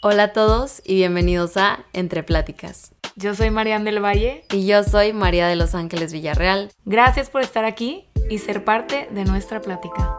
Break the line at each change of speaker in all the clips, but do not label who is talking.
Hola a todos y bienvenidos a Entre Pláticas.
Yo soy Marian del Valle.
Y yo soy María de Los Ángeles Villarreal.
Gracias por estar aquí y ser parte de nuestra plática.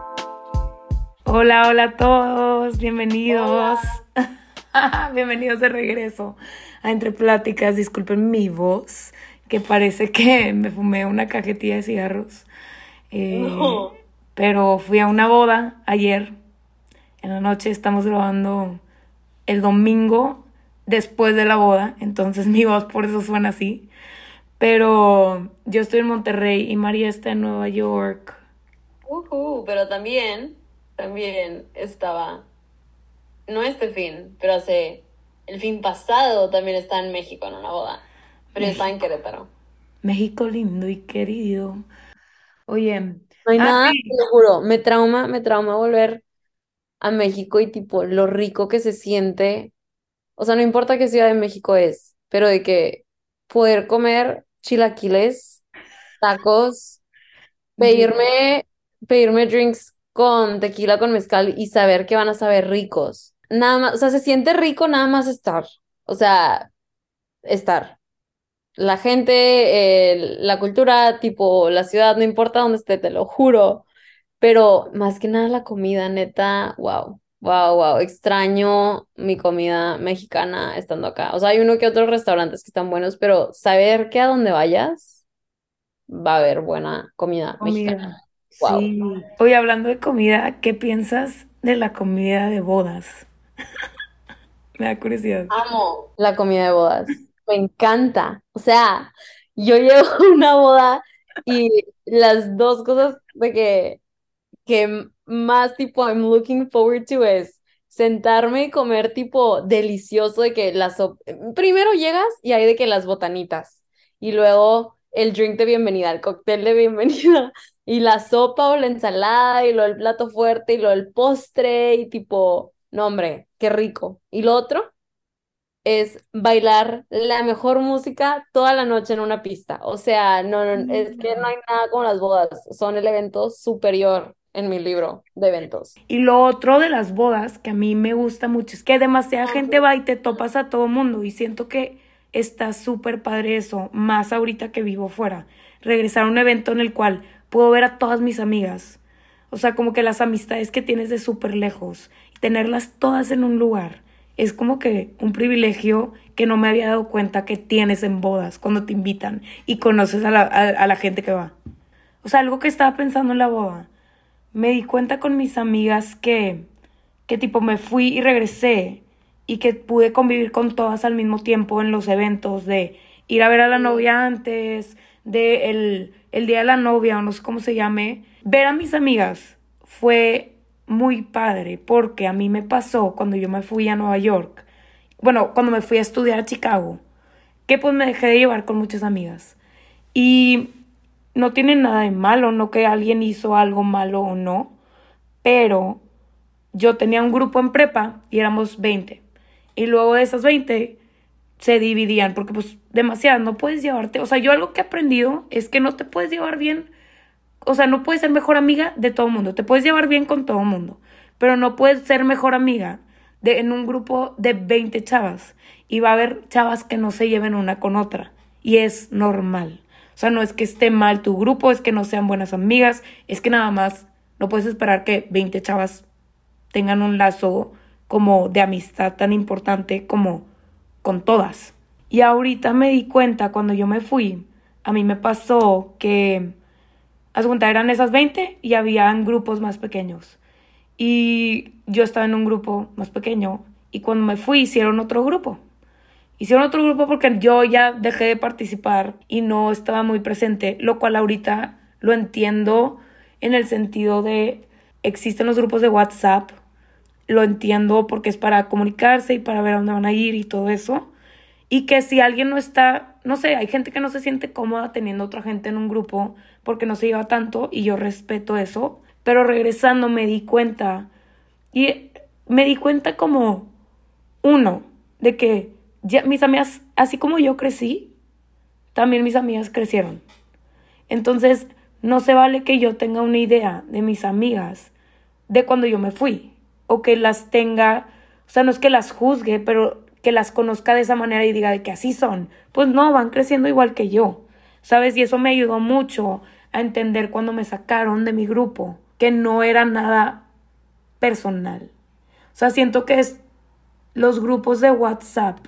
Hola a todos, bienvenidos. Bienvenidos de regreso a Entre Pláticas. Disculpen mi voz, que parece que me fumé una cajetilla de cigarros.
No.
Pero fui a una boda ayer. En la noche estamos grabando el domingo después de la boda, entonces mi voz por eso suena así. Pero yo estoy en Monterrey y María está en Nueva York.
Pero también estaba, no este fin, pero el fin pasado también estaba en México en una boda, pero yo estaba en Querétaro.
México lindo y querido. Oye,
No hay nada, te
sí.
lo juro, me trauma volver a México y tipo lo rico que se siente. O sea, no importa qué ciudad de México es, pero de que poder comer chilaquiles, tacos,
Ye-
pedirme, pedirme drinks con tequila, con mezcal y saber que van a saber ricos. Nada más, o sea, se siente rico nada más estar. O sea, estar. La gente, la cultura, tipo, la ciudad, no importa dónde esté, te lo juro. Pero más que nada la comida, neta, wow. Wow, wow, extraño mi comida mexicana estando acá. O sea, hay uno que otros restaurantes que están buenos, pero saber que a donde vayas va a haber buena comida mexicana.
Comida.
Wow.
Sí. Oye, hablando de comida, ¿qué piensas de la comida de bodas? Me da curiosidad.
Amo la comida de bodas. Me encanta. O sea, yo llevo una boda y las dos cosas que más tipo I'm looking forward to es sentarme y comer tipo delicioso de que primero llegas y hay de que las botanitas y luego el drink de bienvenida, el cóctel de bienvenida y la sopa o la ensalada y luego el plato fuerte y luego el postre y tipo, no hombre, qué rico. Y lo otro es bailar la mejor música toda la noche en una pista. O sea, no, es que no hay nada como las bodas. Son el evento superior en mi libro de eventos.
Y lo otro de las bodas que a mí me gusta mucho es que demasiada gente va y te topas a todo mundo y siento que está súper padre eso, más ahorita que vivo fuera. Regresar a un evento en el cual puedo ver a todas mis amigas. O sea, como que las amistades que tienes de súper lejos y tenerlas todas en un lugar. Es como que un privilegio que no me había dado cuenta que tienes en bodas cuando te invitan y conoces a la gente que va. O sea, algo que estaba pensando en la boda, me di cuenta con mis amigas que tipo me fui y regresé y que pude convivir con todas al mismo tiempo en los eventos de ir a ver a la novia antes, de el día de la novia o no sé cómo se llame. Ver a mis amigas fue muy padre porque a mí me pasó cuando yo me fui a Nueva York, bueno, cuando me fui a estudiar a Chicago, que pues me dejé de llevar con muchas amigas. Y no tiene nada de malo, no que alguien hizo algo malo o no, pero yo tenía un grupo en prepa y éramos 20. Y luego de esas 20 se dividían porque pues demasiadas, no puedes llevarte, o sea, yo algo que he aprendido es que no te puedes llevar bien, o sea, no puedes ser mejor amiga de todo el mundo, te puedes llevar bien con todo el mundo, pero no puedes ser mejor amiga en un grupo de 20 chavas y va a haber chavas que no se lleven una con otra y es normal. O sea, no es que esté mal tu grupo, es que no sean buenas amigas, es que nada más no puedes esperar que 20 chavas tengan un lazo como de amistad tan importante como con todas. Y ahorita me di cuenta cuando yo me fui, a mí me pasó que, haz de cuenta, eran esas 20 y habían grupos más pequeños. Y yo estaba en un grupo más pequeño y cuando me fui hicieron otro grupo. Hicieron otro grupo porque yo ya dejé de participar y no estaba muy presente, lo cual ahorita lo entiendo en el sentido de existen los grupos de WhatsApp, lo entiendo porque es para comunicarse y para ver a dónde van a ir y todo eso. Y que si alguien no está, no sé, hay gente que no se siente cómoda teniendo otra gente en un grupo porque no se lleva tanto y yo respeto eso. Pero regresando me di cuenta y me di cuenta como uno, de que ya mis amigas, así como yo crecí, también mis amigas crecieron. Entonces, no se vale que yo tenga una idea de mis amigas de cuando yo me fui o que las tenga, O sea, no es que las juzgue, pero que las conozca de esa manera y diga de que así son. Pues no, van creciendo igual que yo, ¿sabes? Y eso me ayudó mucho a entender cuando me sacaron de mi grupo, que no era nada personal. O sea, siento que es los grupos de WhatsApp,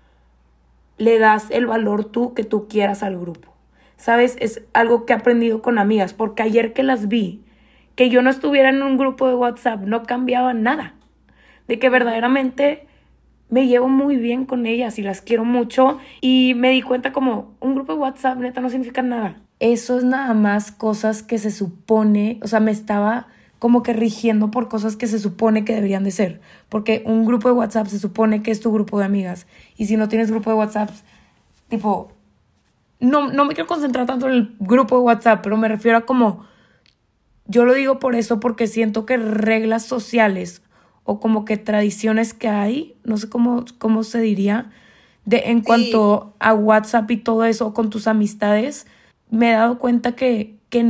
le das el valor tú que tú quieras al grupo. ¿Sabes? Es algo que he aprendido con amigas, porque ayer que las vi, que yo no estuviera en un grupo de WhatsApp no cambiaba nada. De que verdaderamente me llevo muy bien con ellas y las quiero mucho y me di cuenta como un grupo de WhatsApp neta no significa nada. Eso es nada más cosas que se supone, o sea, me estaba como que rigiendo por cosas que se supone que deberían de ser, porque un grupo de WhatsApp se supone que es tu grupo de amigas y si no tienes grupo de WhatsApp, tipo, no me quiero concentrar tanto en el grupo de WhatsApp, pero me refiero a como yo lo digo por eso, porque siento que reglas sociales o como que tradiciones que hay, no sé cómo se diría, en
Sí.
cuanto a WhatsApp y todo eso con tus amistades, me he dado cuenta que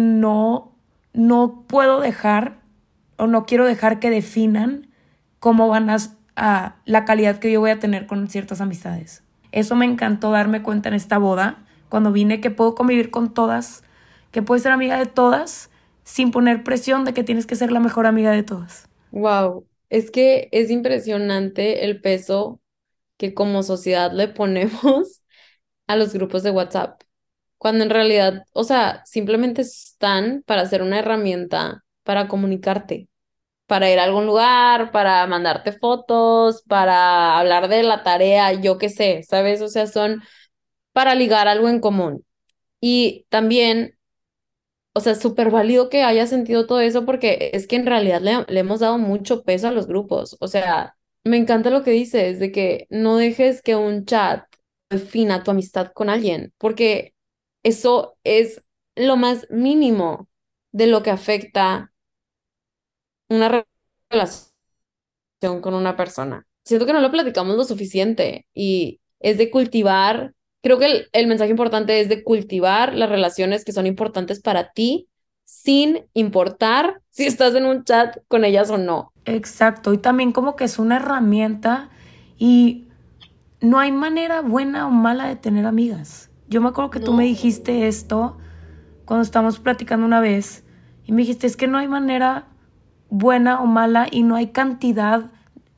no puedo dejar o no quiero dejar que definan cómo van a la calidad que yo voy a tener con ciertas amistades. Eso me encantó darme cuenta en esta boda, cuando vine que puedo convivir con todas, que puedes ser amiga de todas sin poner presión de que tienes que ser la mejor amiga de todas.
Wow, es que es impresionante el peso que como sociedad le ponemos a los grupos de WhatsApp, cuando en realidad, o sea, simplemente están para ser una herramienta para comunicarte, para ir a algún lugar, para mandarte fotos, para hablar de la tarea, yo qué sé, ¿sabes? O sea, son para ligar algo en común. Y también, o sea, súper válido que haya sentido todo eso porque es que en realidad le hemos dado mucho peso a los grupos. O sea, me encanta lo que dices de que no dejes que un chat defina tu amistad con alguien, porque eso es lo más mínimo de lo que afecta una relación con una persona. Siento que no lo platicamos lo suficiente y es de cultivar, creo que el mensaje importante es de cultivar las relaciones que son importantes para ti sin importar si estás en un chat con ellas o no.
Exacto, y también como que es una herramienta y no hay manera buena o mala de tener amigas. Yo me acuerdo que tú me
No.
dijiste esto cuando estábamos platicando una vez y me dijiste es que no hay manera buena o mala y no hay cantidad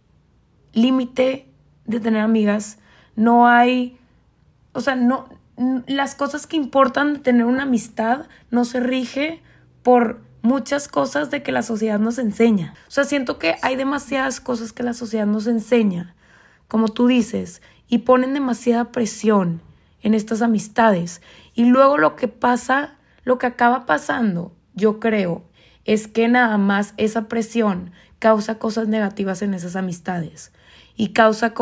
límite de tener amigas, no hay, o sea, no, las cosas que importan de tener una amistad no se rige por muchas cosas de que la sociedad nos enseña. O sea, siento que hay demasiadas cosas que la sociedad nos enseña, como tú dices, y ponen demasiada presión en estas amistades. Y luego lo que pasa, lo que acaba pasando, yo creo, es que nada más esa presión causa cosas negativas en esas amistades y causa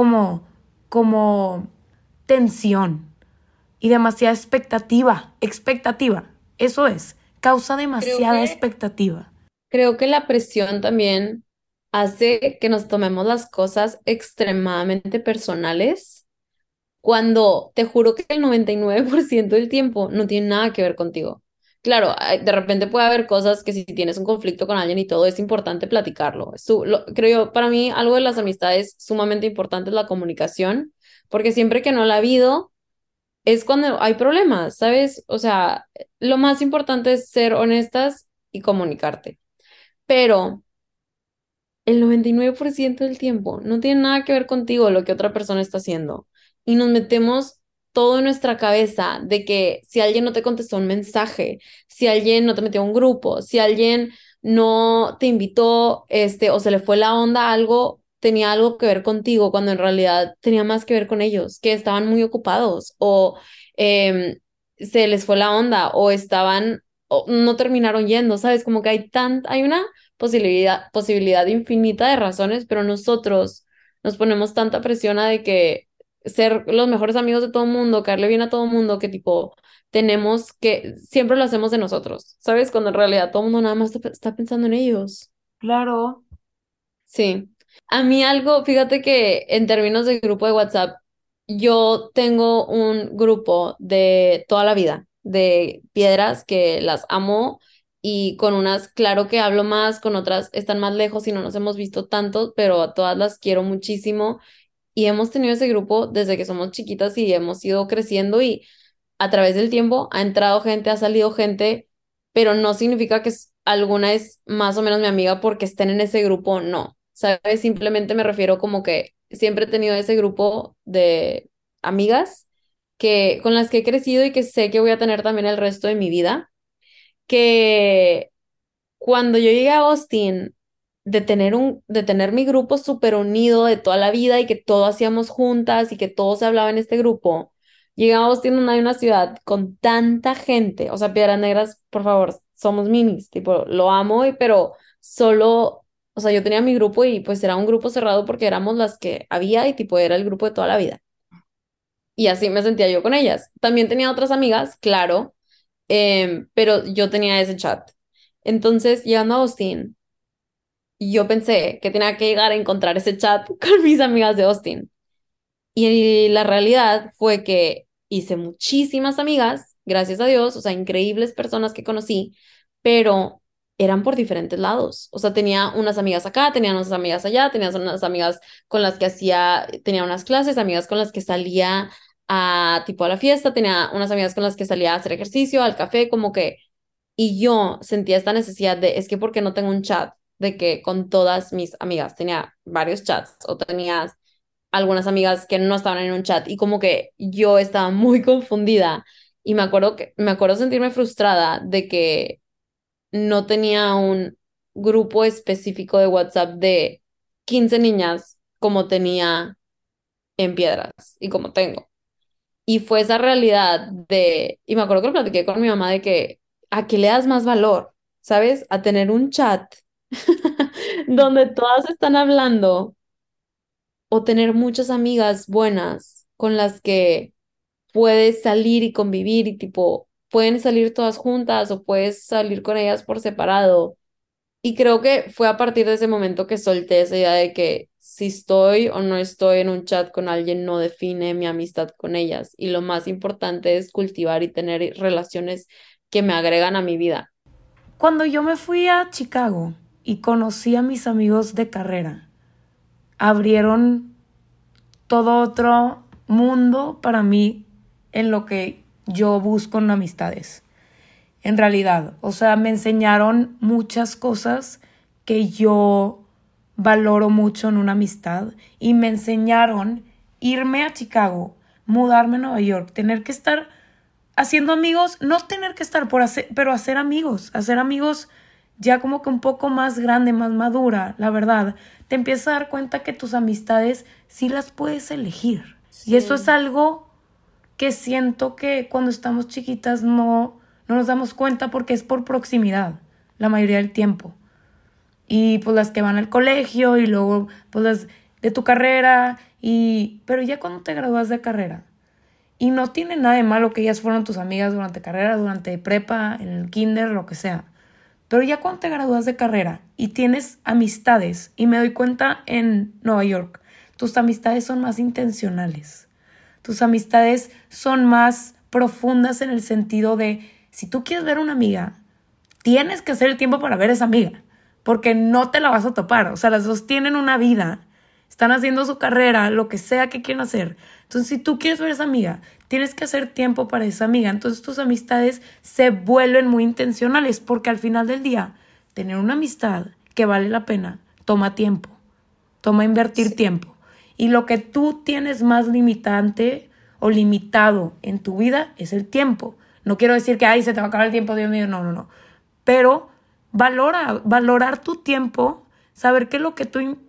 como tensión y demasiada expectativa, eso es, causa
Creo
demasiada
que,
expectativa.
creo que la presión también hace que nos tomemos las cosas extremadamente personales cuando te juro que el 99% del tiempo no tiene nada que ver contigo. Claro, de repente puede haber cosas que si tienes un conflicto con alguien y todo, es importante platicarlo. Creo yo, para mí, algo de las amistades sumamente importante es la comunicación, porque siempre que no la ha habido, es cuando hay problemas, ¿sabes? O sea, lo más importante es ser honestas y comunicarte. Pero el 99% del tiempo no tiene nada que ver contigo lo que otra persona está haciendo. Y nos metemos todo en nuestra cabeza de que si alguien no te contestó un mensaje, si alguien no te metió a un grupo, si alguien no te invitó, o se le fue la onda a algo, tenía algo que ver contigo, cuando en realidad tenía más que ver con ellos, que estaban muy ocupados o em, se les fue la onda o estaban, o no terminaron yendo, ¿sabes? Como que hay una posibilidad infinita de razones, pero nosotros nos ponemos tanta presión a de que ser los mejores amigos de todo el mundo, caerle bien a todo el mundo, que tipo tenemos que, siempre lo hacemos de nosotros, ¿sabes? Cuando en realidad todo el mundo nada más está pensando en ellos.
Claro.
Sí. A mí algo, fíjate que en términos de grupo de WhatsApp, yo tengo un grupo de toda la vida, de piedras que las amo y con unas, claro que hablo más, con otras están más lejos y no nos hemos visto tanto, pero a todas las quiero muchísimo y hemos tenido ese grupo desde que somos chiquitas y hemos ido creciendo y a través del tiempo ha entrado gente, ha salido gente, pero no significa que alguna es más o menos mi amiga porque estén en ese grupo, no, ¿sabes? Simplemente me refiero como que siempre he tenido ese grupo de amigas que con las que he crecido y que sé que voy a tener también el resto de mi vida, que cuando yo llegué a Austin, de tener mi grupo súper unido de toda la vida y que todo hacíamos juntas y que todo se hablaba en este grupo, llegué a Austin, donde hay una ciudad con tanta gente, o sea, Piedras Negras, por favor, somos minis, tipo, lo amo, pero solo, o sea, yo tenía mi grupo y pues era un grupo cerrado porque éramos las que había y tipo era el grupo de toda la vida. Y así me sentía yo con ellas. También tenía otras amigas, claro, pero yo tenía ese chat. Entonces, llegando a Austin, yo pensé que tenía que llegar a encontrar ese chat con mis amigas de Austin. Y la realidad fue que hice muchísimas amigas, gracias a Dios, o sea, increíbles personas que conocí, pero eran por diferentes lados. O sea, tenía unas amigas acá, tenía unas amigas allá, tenía unas amigas con las que tenía unas clases, amigas con las que salía a tipo a la fiesta, tenía unas amigas con las que salía a hacer ejercicio, al café, como que, y yo sentía esta necesidad de, es que ¿por qué no tengo un chat? De que con todas mis amigas tenía varios chats o tenía algunas amigas que no estaban en un chat y como que yo estaba muy confundida y me acuerdo sentirme frustrada de que no tenía un grupo específico de WhatsApp de 15 niñas como tenía en Piedras y como tengo. Y fue esa realidad y me acuerdo que lo platiqué con mi mamá de que a qué le das más valor, ¿sabes? A tener un chat donde todas están hablando o tener muchas amigas buenas con las que puedes salir y convivir y tipo, pueden salir todas juntas o puedes salir con ellas por separado. Y creo que fue a partir de ese momento que solté esa idea de que si estoy o no estoy en un chat con alguien no define mi amistad con ellas. Y lo más importante es cultivar y tener relaciones que me agregan a mi vida.
Cuando yo me fui a Chicago y conocí a mis amigos de carrera, abrieron todo otro mundo para mí en lo que yo busco en amistades. En realidad, o sea, me enseñaron muchas cosas que yo valoro mucho en una amistad y me enseñaron irme a Chicago, mudarme a Nueva York, tener que estar haciendo amigos, no tener que estar por hacer, pero hacer amigos ya como que un poco más grande, más madura, la verdad. Te empiezas a dar cuenta que tus amistades sí las puedes elegir. Y eso es
Sí.
algo que siento que cuando estamos chiquitas no nos damos cuenta porque es por proximidad la mayoría del tiempo. Y pues las que van al colegio y luego pues las de tu carrera pero ya cuando te gradúas de carrera y no tiene nada de malo que ellas fueron tus amigas durante carrera, durante prepa, en el kinder, lo que sea. Pero ya cuando te gradúas de carrera y tienes amistades, y me doy cuenta en Nueva York, tus amistades son más intencionales. Tus amistades son más profundas en el sentido de, si tú quieres ver una amiga, tienes que hacer el tiempo para ver a esa amiga, porque no te la vas a topar. O sea, las dos tienen una vida, están haciendo su carrera, lo que sea que quieran hacer. Entonces, si tú quieres ver a esa amiga, tienes que hacer tiempo para esa amiga. Entonces, tus amistades se vuelven muy intencionales, porque al final del día, tener una amistad que vale la pena toma tiempo, toma invertir tiempo. Y lo que tú tienes más limitante o limitado en tu vida es el tiempo. No quiero decir que, ay, se te va a acabar el tiempo, Dios mío, no, no, no. Pero valorar tu tiempo, saber que lo que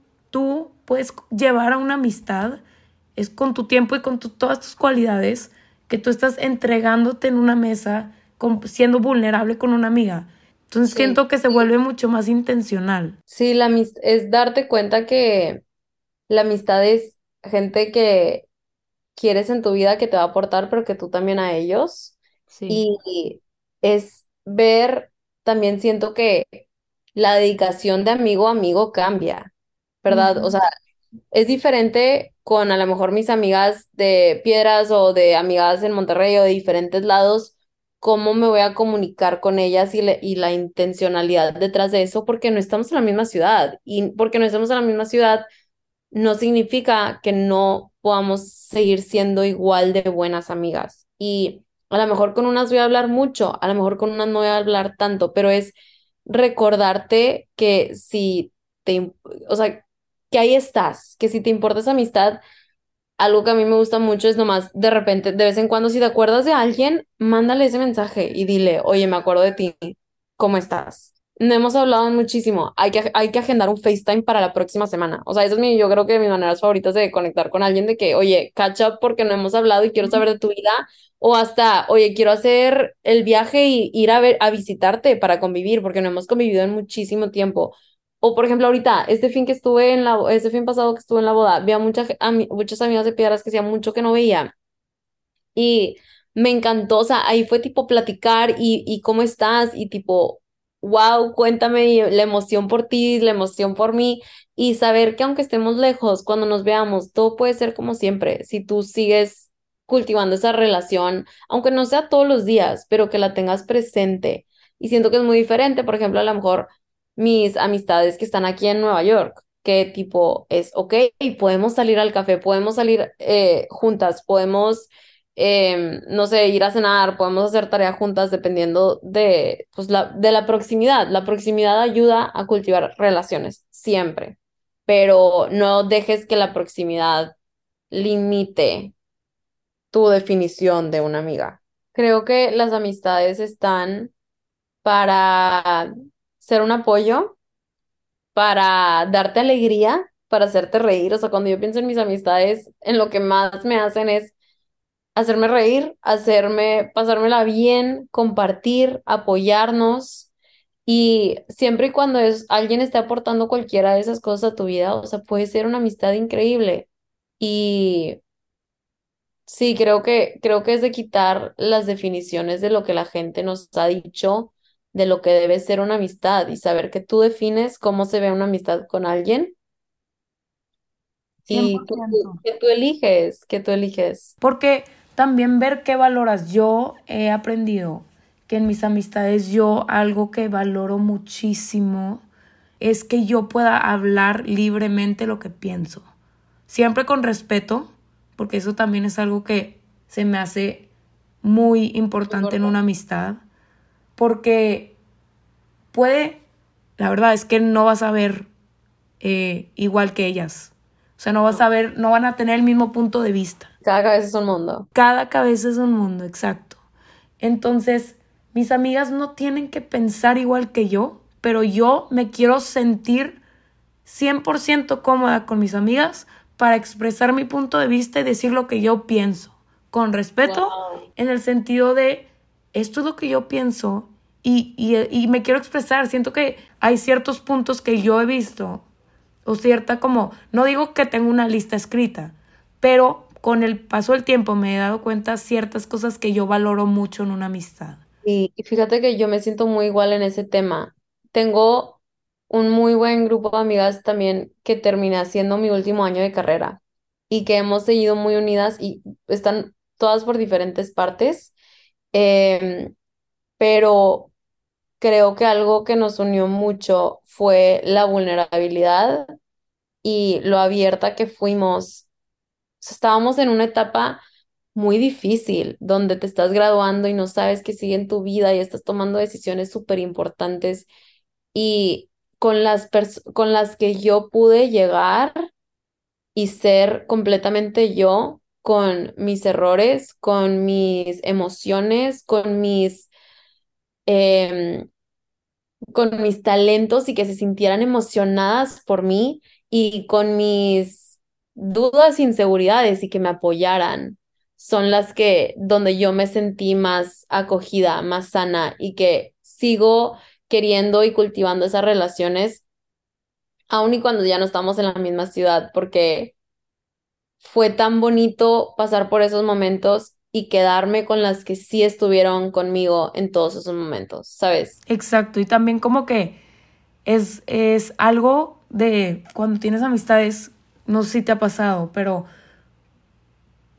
tú puedes llevar a una amistad es con tu tiempo y con todas tus cualidades que tú estás entregándote en una mesa, siendo vulnerable con una amiga. Entonces
Sí,
siento que se vuelve mucho más intencional.
sí, es darte cuenta que la amistad es gente que quieres en tu vida que te va a aportar, pero que tú también a ellos.
Sí.
Y es ver, también siento que la dedicación de amigo a amigo cambia, ¿verdad? O
Ujú.
sea, es diferente con a lo mejor mis amigas de Piedras o de amigas en Monterrey o de diferentes lados, cómo me voy a comunicar con ellas y la intencionalidad detrás de eso, porque no estamos en la misma ciudad. Y porque no estamos en la misma ciudad, no significa que no podamos seguir siendo igual de buenas amigas. Y a lo mejor con unas voy a hablar mucho, a lo mejor con unas no voy a hablar tanto, pero es recordarte que si o sea, que ahí estás, que si te importa esa amistad, algo que a mí me gusta mucho es nomás de repente, de vez en cuando, si te acuerdas de alguien, mándale ese mensaje y dile, oye, me acuerdo de ti, ¿cómo estás? No hemos hablado muchísimo, hay que agendar un FaceTime para la próxima semana. O sea, eso es yo creo que de mis maneras favoritas de conectar con alguien, de que, oye, catch up porque no hemos hablado y quiero saber de tu vida, o hasta, oye, quiero hacer el viaje y ir a visitarte para convivir, porque no hemos convivido en muchísimo tiempo. O por ejemplo, ahorita, este fin pasado que estuve en la boda, vi a muchas amigas de Piedras que hacía mucho que no veía. Y me encantó, o sea, ahí fue tipo platicar y cómo estás y tipo, wow, cuéntame y la emoción por ti, la emoción por mí y saber que aunque estemos lejos, cuando nos veamos, todo puede ser como siempre, si tú sigues cultivando esa relación, aunque no sea todos los días, pero que la tengas presente. Y siento que es muy diferente, por ejemplo, a lo mejor mis amistades que están aquí en Nueva York. Que tipo es, ok, podemos salir al café, podemos salir juntas, podemos no sé, ir a cenar, podemos hacer tareas juntas dependiendo de, pues, de la proximidad. La proximidad ayuda a cultivar relaciones, siempre, pero no dejes que la proximidad limite tu definición de una amiga. Creo que las amistades están para ser un apoyo, para darte alegría, para hacerte reír. O sea, cuando yo pienso en mis amistades, en lo que más me hacen es hacerme reír, pasármela bien, compartir, apoyarnos y siempre y cuando alguien esté aportando cualquiera de esas cosas a tu vida, o sea, puede ser una amistad increíble. Y sí, creo que es de quitar las definiciones de lo que la gente nos ha dicho de lo que debe ser una amistad y saber que tú defines cómo se ve una amistad con alguien
cien por
y
ciento
que tú eliges.
Porque también ver qué valoras. Yo he aprendido que en mis amistades yo algo que valoro muchísimo es que yo pueda hablar libremente lo que pienso. Siempre con respeto, porque eso también es algo que se me hace muy importante en una amistad. Porque puede, la verdad es que no vas a ver igual que ellas. O sea, no vas
No,
a ver, no van a tener el mismo punto de vista.
cada cabeza es un mundo.
Cada cabeza es un mundo, exacto. Entonces, mis amigas no tienen que pensar igual que yo, pero yo me quiero sentir 100% cómoda con mis amigas para expresar mi punto de vista y decir lo que yo pienso, con respeto,
Wow.
en el sentido de, esto es lo que yo pienso y me quiero expresar. Siento que hay ciertos puntos que yo he visto, o cierta como, no digo que tengo una lista escrita, pero con el paso del tiempo me he dado cuenta ciertas cosas que yo valoro mucho en una amistad.
Y fíjate que yo me siento muy igual en ese tema. Tengo un muy buen grupo de amigas también que terminé haciendo mi último año de carrera y que hemos seguido muy unidas y están todas por diferentes partes, em, pero creo que algo que nos unió mucho fue la vulnerabilidad y lo abierta que fuimos. O sea, estábamos en una etapa muy difícil, donde te estás graduando y no sabes qué sigue en tu vida y estás tomando decisiones súper importantes y con las que yo pude llegar y ser completamente yo, con mis errores, con mis emociones, em, con mis talentos y que se sintieran emocionadas por mí y con mis dudas, inseguridades y que me apoyaran, son las que donde yo me sentí más acogida, más sana y que sigo queriendo y cultivando esas relaciones, aun y cuando ya no estamos en la misma ciudad, porque fue tan bonito pasar por esos momentos y quedarme con las que sí estuvieron conmigo en todos esos momentos, ¿sabes?
Exacto, y también como que es algo de cuando tienes amistades, no sé si te ha pasado, pero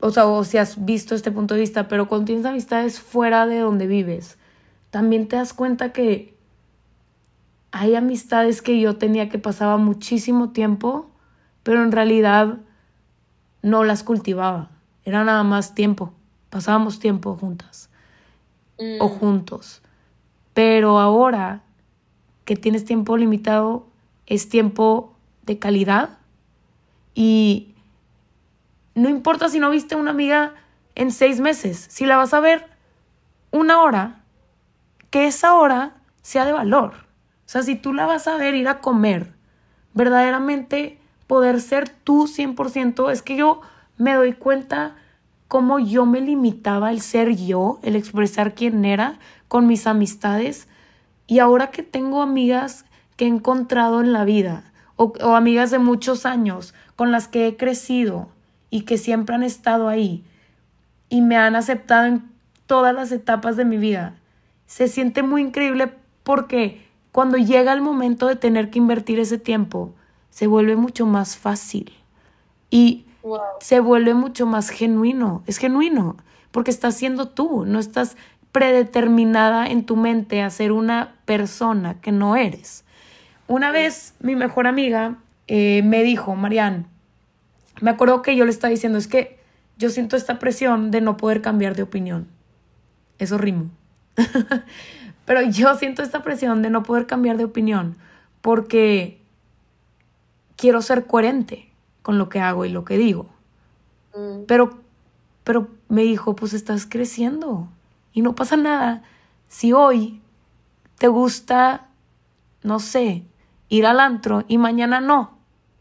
o sea, o si has visto este punto de vista, pero cuando tienes amistades fuera de donde vives, también te das cuenta que hay amistades que yo tenía que pasaba muchísimo tiempo, pero en realidad no las cultivaba. Era nada más tiempo. Pasábamos tiempo juntas o juntos. Pero ahora que tienes tiempo limitado, es tiempo de calidad. Y no importa si no viste a una amiga en 6 meses. Si la vas a ver 1 hora, que esa hora sea de valor. O sea, si tú la vas a ver ir a comer, verdaderamente poder ser tú 100%, es que yo me doy cuenta cómo yo me limitaba el ser yo, el expresar quién era con mis amistades. Y ahora que tengo amigas que he encontrado en la vida, o amigas de muchos años con las que he crecido y que siempre han estado ahí y me han aceptado en todas las etapas de mi vida, se siente muy increíble porque cuando llega el momento de tener que invertir ese tiempo, se vuelve mucho más fácil y
Wow.
se vuelve mucho más genuino. Es genuino porque estás siendo tú, no estás predeterminada en tu mente a ser una persona que no eres. Una vez mi mejor amiga me dijo, Marian, me acuerdo que yo le estaba diciendo, es que yo siento esta presión de no poder cambiar de opinión. Eso rimo. Pero yo siento esta presión de no poder cambiar de opinión porque quiero ser coherente con lo que hago y lo que digo. Pero me dijo, pues estás creciendo y no pasa nada. Si hoy te gusta, no sé, ir al antro y mañana no,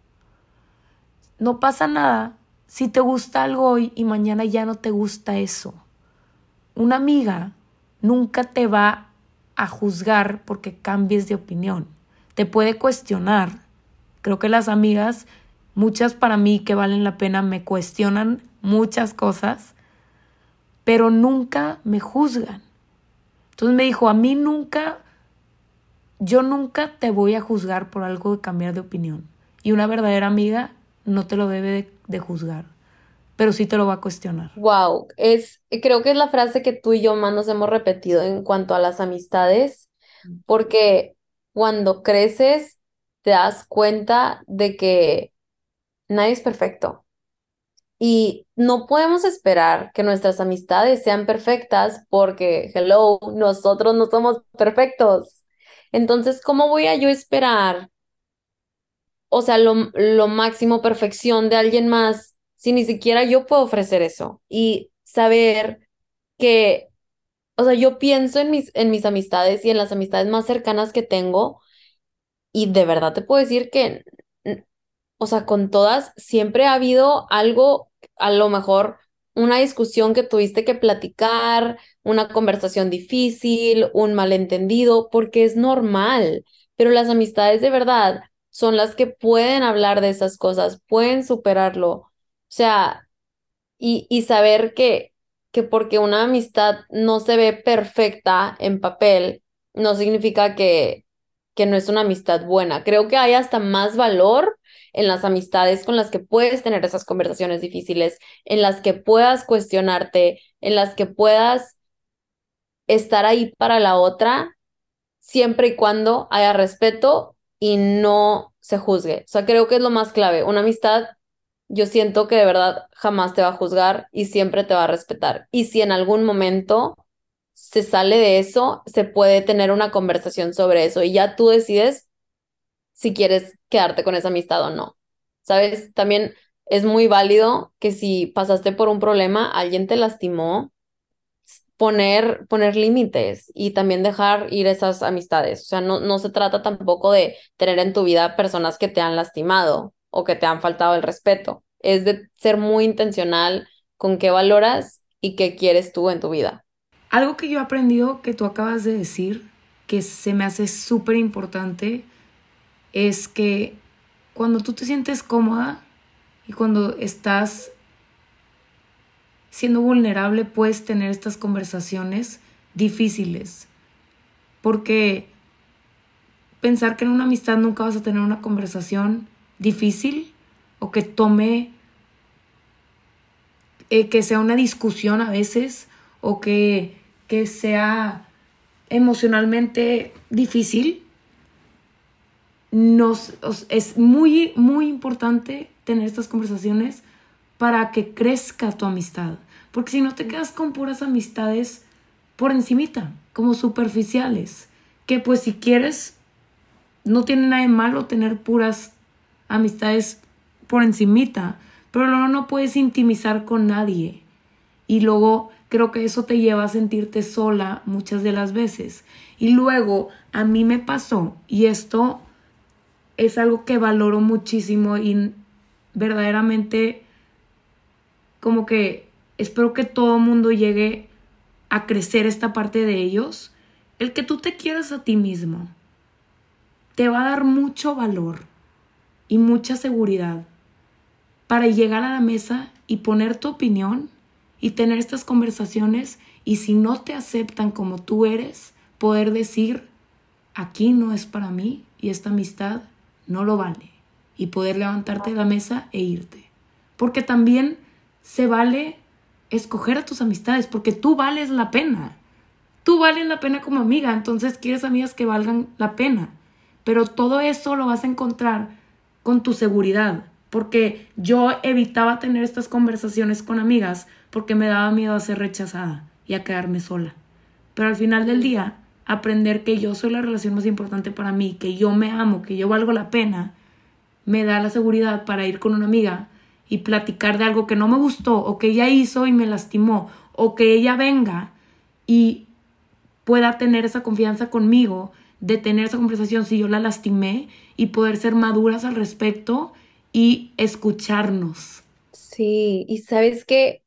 no pasa nada si te gusta algo hoy y mañana ya no te gusta eso. Una amiga nunca te va a juzgar porque cambies de opinión. Te puede cuestionar. Creo que las amigas, muchas para mí que valen la pena, me cuestionan muchas cosas, pero nunca me juzgan. Entonces me dijo, yo nunca te voy a juzgar por algo de cambiar de opinión. Y una verdadera amiga no te lo debe de juzgar, pero sí te lo va a cuestionar.
Wow, creo que es la frase que tú y yo más nos hemos repetido en cuanto a las amistades, porque cuando creces te das cuenta de que nadie es perfecto y no podemos esperar que nuestras amistades sean perfectas porque, hello, nosotros no somos perfectos. Entonces, ¿cómo voy a yo esperar, o sea, lo máximo perfección de alguien más si ni siquiera yo puedo ofrecer eso? Y saber que, o sea, yo pienso en mis amistades y en las amistades más cercanas que tengo y de verdad te puedo decir que, o sea, con todas siempre ha habido algo, a lo mejor una discusión que tuviste que platicar, una conversación difícil, un malentendido, porque es normal, pero las amistades de verdad son las que pueden hablar de esas cosas, pueden superarlo. O sea, y saber que porque una amistad no se ve perfecta en papel, no significa que no es una amistad buena. Creo que hay hasta más valor en las amistades con las que puedes tener esas conversaciones difíciles, en las que puedas cuestionarte, en las que puedas estar ahí para la otra, siempre y cuando haya respeto y no se juzgue. O sea, creo que es lo más clave. Una amistad, yo siento que de verdad jamás te va a juzgar y siempre te va a respetar. Y si en algún momento se sale de eso, se puede tener una conversación sobre eso y ya tú decides si quieres quedarte con esa amistad o no. ¿Sabes? También es muy válido que si pasaste por un problema, alguien te lastimó, poner límites y también dejar ir esas amistades. O sea, no se trata tampoco de tener en tu vida personas que te han lastimado o que te han faltado el respeto. Es de ser muy intencional con qué valoras y qué quieres tú en tu vida.
Algo que yo he aprendido que tú acabas de decir, que se me hace súper importante, es que cuando tú te sientes cómoda y cuando estás siendo vulnerable, puedes tener estas conversaciones difíciles. Porque pensar que en una amistad nunca vas a tener una conversación difícil o que tome que sea una discusión a veces o que sea emocionalmente difícil, es muy, muy importante tener estas conversaciones para que crezca tu amistad. Porque si no te quedas con puras amistades por encimita, como superficiales, que pues si quieres, no tiene nada de malo tener puras amistades por encimita, pero luego no puedes intimizar con nadie. Y luego creo que eso te lleva a sentirte sola muchas de las veces. Y luego a mí me pasó, y esto es algo que valoro muchísimo y verdaderamente como que espero que todo mundo llegue a crecer esta parte de ellos. El que tú te quieras a ti mismo te va a dar mucho valor y mucha seguridad para llegar a la mesa y poner tu opinión y tener estas conversaciones, y si no te aceptan como tú eres, poder decir, aquí no es para mí y esta amistad no lo vale, y poder levantarte de la mesa e irte. Porque también se vale escoger a tus amistades, porque tú vales la pena. Tú vales la pena como amiga, entonces quieres amigas que valgan la pena. Pero todo eso lo vas a encontrar con tu seguridad, porque yo evitaba tener estas conversaciones con amigas porque me daba miedo a ser rechazada y a quedarme sola. Pero al final del día, aprender que yo soy la relación más importante para mí, que yo me amo, que yo valgo la pena, me da la seguridad para ir con una amiga y platicar de algo que no me gustó o que ella hizo y me lastimó, o que ella venga y pueda tener esa confianza conmigo, de tener esa conversación si yo la lastimé, y poder ser maduras al respecto y escucharnos.
Sí, y sabes que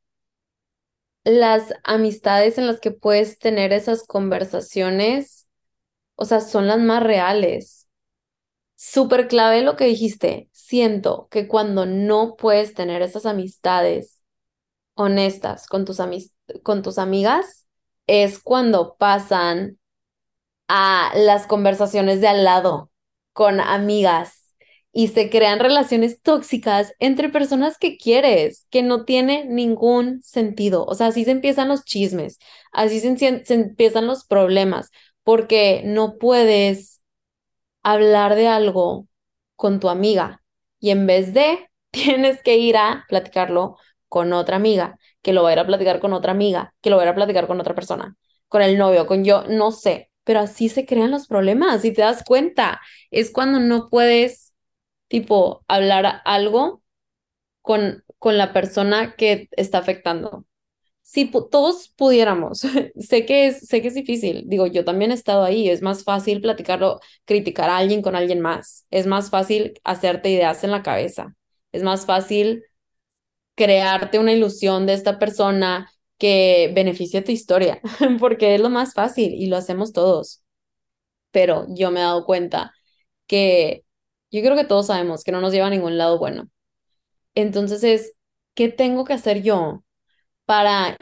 las amistades en las que puedes tener esas conversaciones, o sea, son las más reales. Súper clave lo que dijiste. Siento que cuando no puedes tener esas amistades honestas con con tus amigas, es cuando pasan a las conversaciones de al lado con amigas y se crean relaciones tóxicas entre personas que quieres, que no tiene ningún sentido. O sea, así se empiezan los chismes, así se empiezan los problemas, porque no puedes hablar de algo con tu amiga y en vez de tienes que ir a platicarlo con otra amiga, que lo va a ir a platicar con otra amiga, que lo va a ir a platicar con otra persona, con el novio, con yo, no sé, pero así se crean los problemas, si te das cuenta, es cuando no puedes, tipo, hablar algo con la persona que está afectando. Si todos pudiéramos, sé que es difícil, digo, yo también he estado ahí, es más fácil platicarlo, criticar a alguien con alguien más, es más fácil hacerte ideas en la cabeza, es más fácil crearte una ilusión de esta persona que beneficie tu historia, porque es lo más fácil y lo hacemos todos, pero yo me he dado cuenta que yo creo que todos sabemos que no nos lleva a ningún lado bueno. Entonces ¿qué tengo que hacer yo para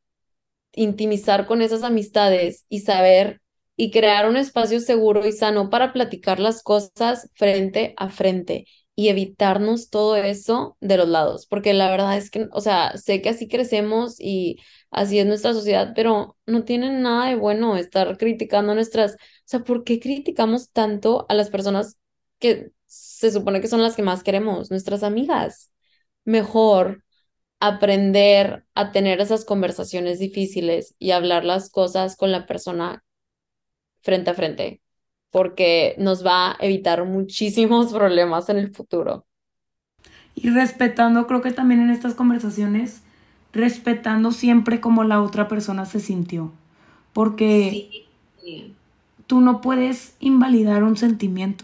intimizar con esas amistades y saber y crear un espacio seguro y sano para platicar las cosas frente a frente y evitarnos todo eso de los lados? Porque la verdad es que, o sea, sé que así crecemos y así es nuestra sociedad, pero no tiene nada de bueno estar criticando nuestras, o sea, ¿por qué criticamos tanto a las personas que se supone que son las que más queremos, nuestras amigas? Mejor aprender a tener esas conversaciones difíciles y hablar las cosas con la persona frente a frente, porque nos va a evitar muchísimos problemas en el futuro.
Y respetando, creo que también en estas conversaciones, respetando siempre cómo la otra persona se sintió. Porque
Sí.
tú no puedes invalidar un sentimiento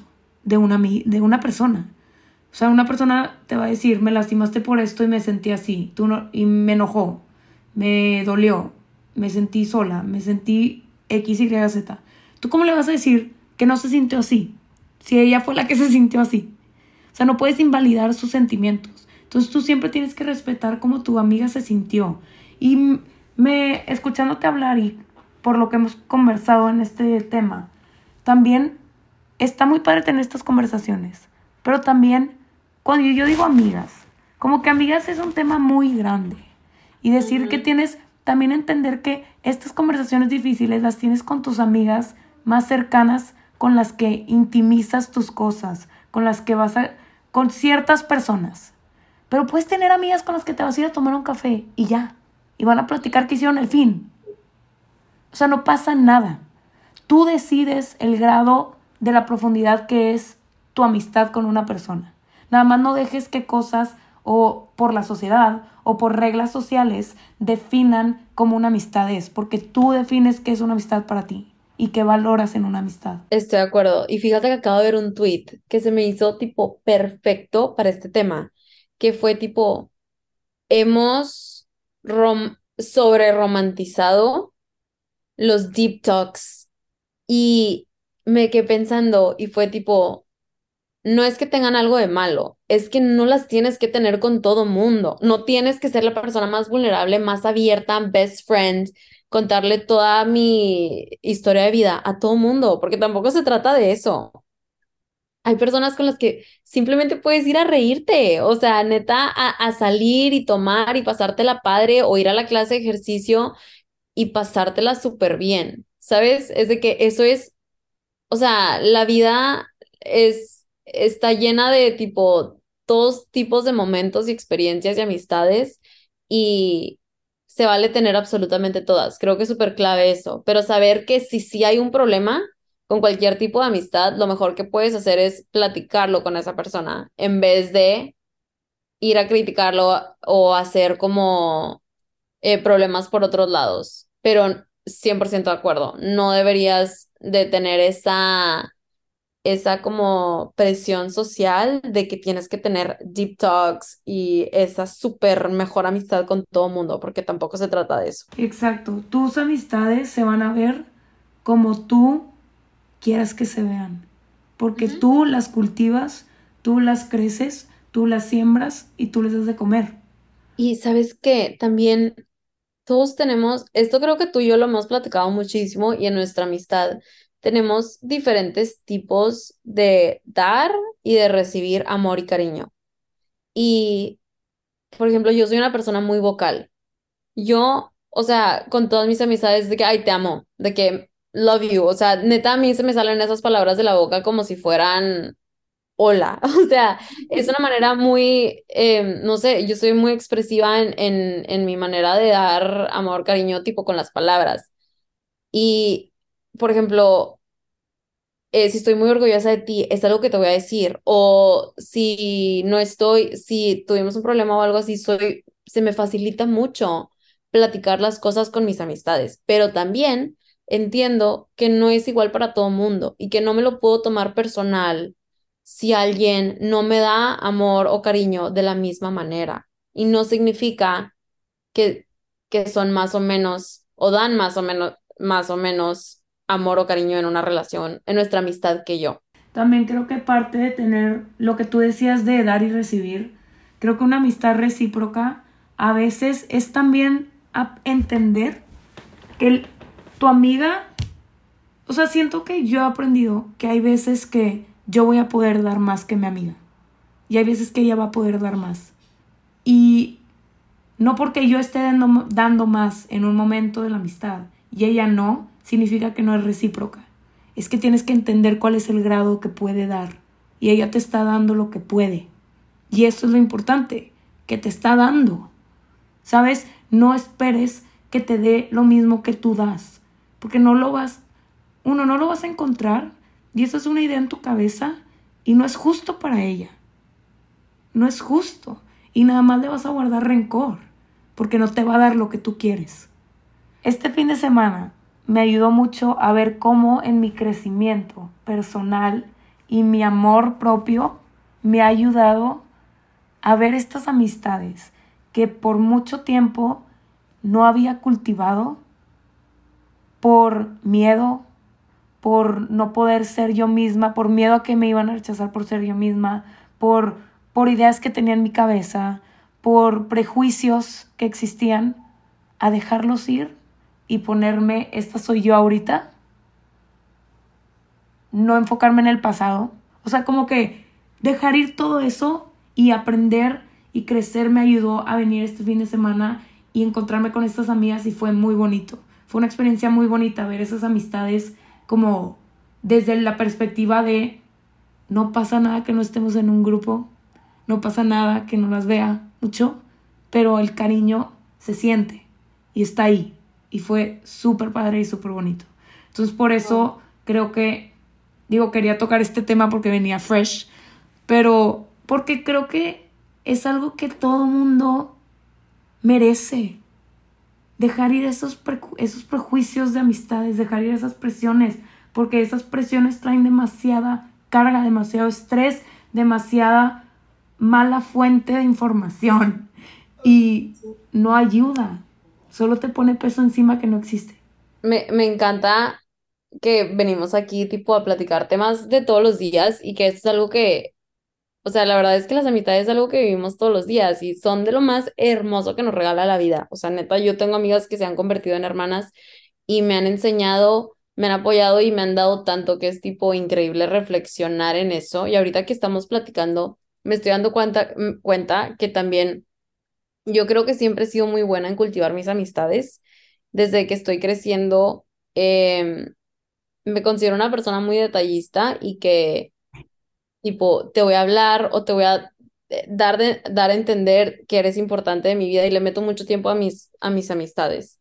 de una persona. O sea, una persona te va a decir, me lastimaste por esto y me sentí así, tú no, y me enojó, me dolió, me sentí sola, me sentí X, Y, Z. ¿Tú cómo le vas a decir que no se sintió así? Si ella fue la que se sintió así. O sea, no puedes invalidar sus sentimientos. Entonces tú siempre tienes que respetar cómo tu amiga se sintió. Y escuchándote hablar y por lo que hemos conversado en este tema, también está muy padre tener estas conversaciones. Pero también, cuando yo digo amigas, como que amigas es un tema muy grande. Y decir que tienes, también entender que estas conversaciones difíciles las tienes con tus amigas más cercanas, con las que intimizas tus cosas, con las que con ciertas personas. Pero puedes tener amigas con las que te vas a ir a tomar un café y ya. Y van a platicar que hicieron el fin. O sea, no pasa nada. Tú decides el grado de la profundidad que es tu amistad con una persona. Nada más no dejes que cosas o por la sociedad o por reglas sociales definan cómo una amistad es, porque tú defines qué es una amistad para ti y qué valoras en una amistad.
Estoy de acuerdo. Y fíjate que acabo de ver un tweet que se me hizo tipo perfecto para este tema, que fue tipo, hemos sobre romantizado los deep talks y me quedé pensando y fue tipo, no es que tengan algo de malo, es que no las tienes que tener con todo mundo. No tienes que ser la persona más vulnerable, más abierta, best friend, contarle toda mi historia de vida a todo mundo, porque tampoco se trata de eso. Hay personas con las que simplemente puedes ir a reírte, o sea, neta, a salir y tomar y pasártela padre o ir a la clase de ejercicio y pasártela súper bien, ¿sabes? Es de que eso es, o sea, la vida está llena de tipo, todos tipos de momentos y experiencias y amistades y se vale tener absolutamente todas. Creo que es súper clave eso, pero saber que si sí hay un problema con cualquier tipo de amistad, lo mejor que puedes hacer es platicarlo con esa persona en vez de ir a criticarlo o hacer como problemas por otros lados. Pero 100% de acuerdo, no deberías de tener esa como presión social de que tienes que tener deep talks y esa súper mejor amistad con todo el mundo, porque tampoco se trata de eso.
Exacto, tus amistades se van a ver como tú quieras que se vean, porque tú las cultivas, tú las creces, tú las siembras y tú les das de comer.
Y sabes que también todos tenemos, esto creo que tú y yo lo hemos platicado muchísimo y en nuestra amistad tenemos diferentes tipos de dar y de recibir amor y cariño. Y, por ejemplo, yo soy una persona muy vocal. Yo, o sea, con todas mis amistades de que, ay, te amo, de que love you, o sea, neta a mí se me salen esas palabras de la boca como si fueran hola, o sea, es una manera muy, no sé, yo soy muy expresiva en mi manera de dar amor, cariño, tipo con las palabras. Y, por ejemplo, si estoy muy orgullosa de ti, es algo que te voy a decir. O si no estoy, si tuvimos un problema o algo así, se me facilita mucho platicar las cosas con mis amistades. Pero también entiendo que no es igual para todo mundo y que no me lo puedo tomar personal si alguien no me da amor o cariño de la misma manera. Y no significa que, que son más o menos, o dan más o menos amor o cariño en una relación, en nuestra amistad que yo.
También creo que parte de tener lo que tú decías de dar y recibir, creo que una amistad recíproca a veces es también entender que tu amiga, o sea, siento que yo he aprendido que hay veces que yo voy a poder dar más que mi amiga y hay veces que ella va a poder dar más. Y no porque yo esté dando más en un momento de la amistad y ella no, significa que no es recíproca. Es que tienes que entender cuál es el grado que puede dar. Y ella te está dando lo que puede. Y eso es lo importante, que te está dando. ¿Sabes? No esperes que te dé lo mismo que tú das. Porque no lo vas a encontrar. Y eso es una idea en tu cabeza. Y no es justo para ella. No es justo. Y nada más le vas a guardar rencor. Porque no te va a dar lo que tú quieres. Este fin de semana me ayudó mucho a ver cómo en mi crecimiento personal y mi amor propio me ha ayudado a ver estas amistades que por mucho tiempo no había cultivado por miedo, por no poder ser yo misma, por miedo a que me iban a rechazar por ser yo misma, por ideas que tenía en mi cabeza, por prejuicios que existían, a dejarlos ir y ponerme, esta soy yo ahorita, no enfocarme en el pasado. O sea, como que dejar ir todo eso y aprender y crecer me ayudó a venir este fin de semana y encontrarme con estas amigas y fue muy bonito. Fue una experiencia muy bonita ver esas amistades como desde la perspectiva de no pasa nada que no estemos en un grupo, no pasa nada que no las vea mucho, pero el cariño se siente y está ahí. Y fue súper padre y súper bonito. Entonces por eso creo que, quería tocar este tema porque venía fresh, pero porque creo que es algo que todo mundo merece. Dejar ir esos prejuicios de amistades, dejar ir esas presiones, porque esas presiones traen demasiada carga, demasiado estrés, demasiada mala fuente de información y no ayuda, solo te pone peso encima que no existe.
Me encanta que venimos aquí tipo a platicar temas de todos los días y que esto es algo que, o sea, la verdad es que las amistades es algo que vivimos todos los días y son de lo más hermoso que nos regala la vida. O sea, neta, yo tengo amigas que se han convertido en hermanas y me han enseñado, me han apoyado y me han dado tanto que es tipo increíble reflexionar en eso. Y ahorita que estamos platicando, me estoy dando cuenta que también yo creo que siempre he sido muy buena en cultivar mis amistades. Desde que estoy creciendo, me considero una persona muy detallista y que tipo, te voy a hablar o te voy a dar a entender que eres importante de mi vida y le meto mucho tiempo a mis amistades.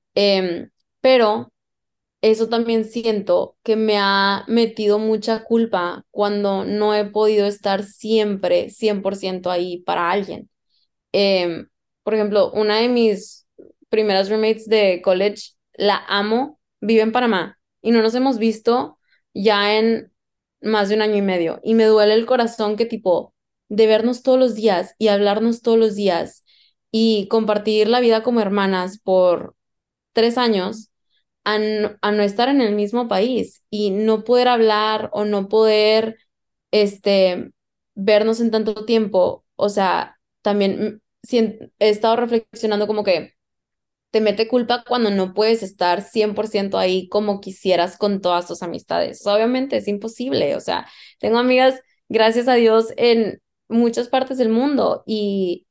Pero eso también siento que me ha metido mucha culpa cuando no he podido estar siempre 100% ahí para alguien. Em, por ejemplo, una de mis primeras roommates de college, la amo, vive en Panamá y no nos hemos visto ya en más de un año y medio. Y me duele el corazón que tipo, de vernos todos los días y hablarnos todos los días y compartir la vida como hermanas por 3 años a no estar en el mismo país y no poder hablar o no poder, este, vernos en tanto tiempo. O sea, también he estado reflexionando como que te mete culpa cuando no puedes estar 100% ahí como quisieras con todas tus amistades. Obviamente es imposible. O sea, tengo amigas, gracias a Dios, en muchas partes del mundo y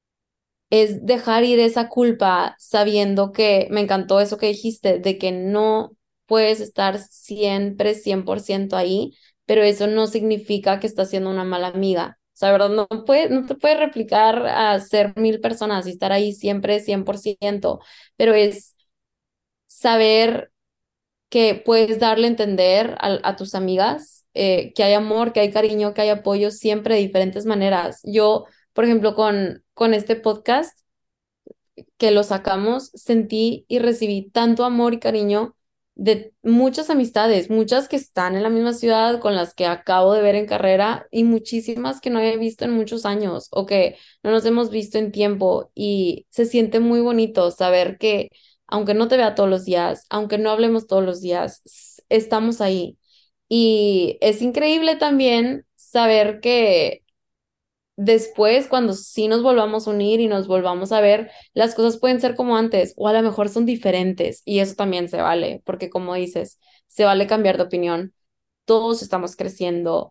es dejar ir esa culpa sabiendo que me encantó eso que dijiste, de que no puedes estar siempre 100% ahí, pero eso no significa que estás siendo una mala amiga. O sea, ¿verdad? No te puedes replicar a ser 1000 personas y estar ahí siempre 100%, pero es saber que puedes darle a entender a tus amigas que hay amor, que hay cariño, que hay apoyo siempre de diferentes maneras. Yo, por ejemplo, con este podcast, que lo sacamos, sentí y recibí tanto amor y cariño de muchas amistades, muchas que están en la misma ciudad, con las que acabo de ver en carrera y muchísimas que no había visto en muchos años o que no nos hemos visto en tiempo y se siente muy bonito saber que aunque no te vea todos los días, aunque no hablemos todos los días, estamos ahí. Y es increíble también saber que después, cuando sí nos volvamos a unir y nos volvamos a ver, las cosas pueden ser como antes o a lo mejor son diferentes y eso también se vale, porque como dices, se vale cambiar de opinión. Todos estamos creciendo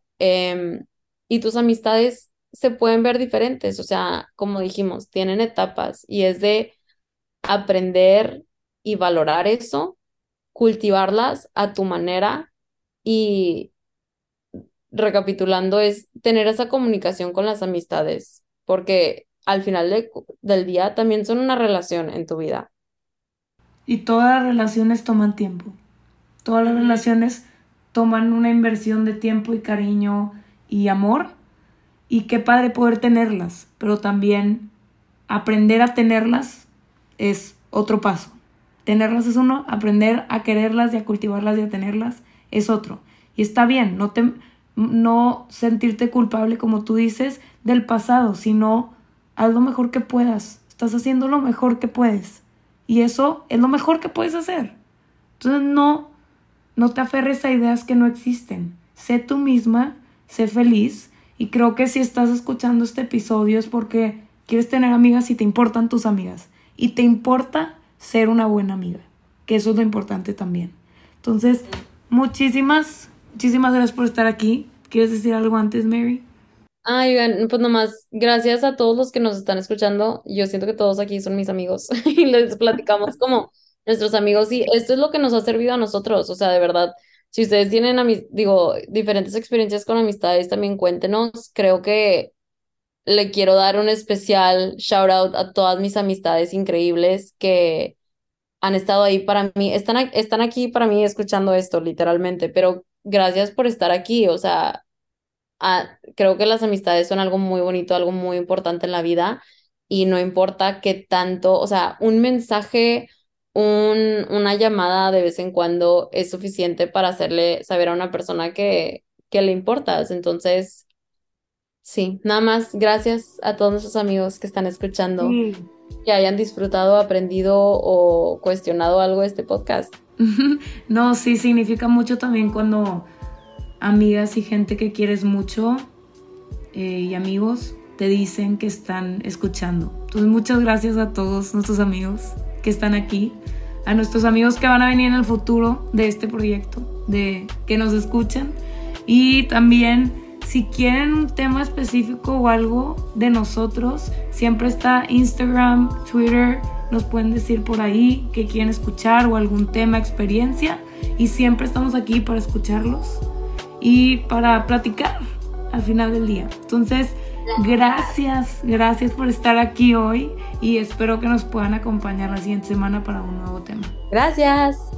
y tus amistades se pueden ver diferentes, o sea, como dijimos, tienen etapas y es de aprender y valorar eso, cultivarlas a tu manera y recapitulando, es tener esa comunicación con las amistades, porque al final del día también son una relación en tu vida.
Y todas las relaciones toman tiempo. Todas las relaciones toman una inversión de tiempo y cariño y amor. Y qué padre poder tenerlas, pero también aprender a tenerlas es otro paso. Tenerlas es uno, aprender a quererlas y a cultivarlas y a tenerlas es otro. Y está bien, no sentirte culpable, como tú dices, del pasado, sino haz lo mejor que puedas. Estás haciendo lo mejor que puedes. Y eso es lo mejor que puedes hacer. Entonces no te aferres a ideas que no existen. Sé tú misma, sé feliz. Y creo que si estás escuchando este episodio es porque quieres tener amigas y te importan tus amigas. Y te importa ser una buena amiga. Que eso es lo importante también. Entonces, muchísimas gracias por estar aquí. ¿Quieres decir algo antes, Mary?
Ay, oigan, pues nomás, gracias a todos los que nos están escuchando. Yo siento que todos aquí son mis amigos y les platicamos como nuestros amigos y esto es lo que nos ha servido a nosotros. O sea, de verdad, si ustedes tienen, digo, diferentes experiencias con amistades, también cuéntenos. Creo que le quiero dar un especial shout out a todas mis amistades increíbles que han estado ahí para mí, están aquí para mí escuchando esto, literalmente, pero gracias por estar aquí. O sea, creo que las amistades son algo muy bonito, algo muy importante en la vida y no importa qué tanto, o sea, un mensaje, una llamada de vez en cuando es suficiente para hacerle saber a una persona que le importas. Entonces, sí, nada más gracias a todos nuestros amigos que están escuchando,
Sí.
que hayan disfrutado, aprendido o cuestionado algo de este podcast.
No, sí, significa mucho también cuando amigas y gente que quieres mucho y amigos te dicen que están escuchando. Entonces muchas gracias a todos nuestros amigos que están aquí, a nuestros amigos que van a venir en el futuro de este proyecto, de que nos escuchan, y también si quieren un tema específico o algo de nosotros, siempre está Instagram, Twitter, nos pueden decir por ahí que quieren escuchar o algún tema, experiencia, y siempre estamos aquí para escucharlos y para platicar al final del día. Entonces, gracias por estar aquí hoy y espero que nos puedan acompañar la siguiente semana para un nuevo tema.
Gracias.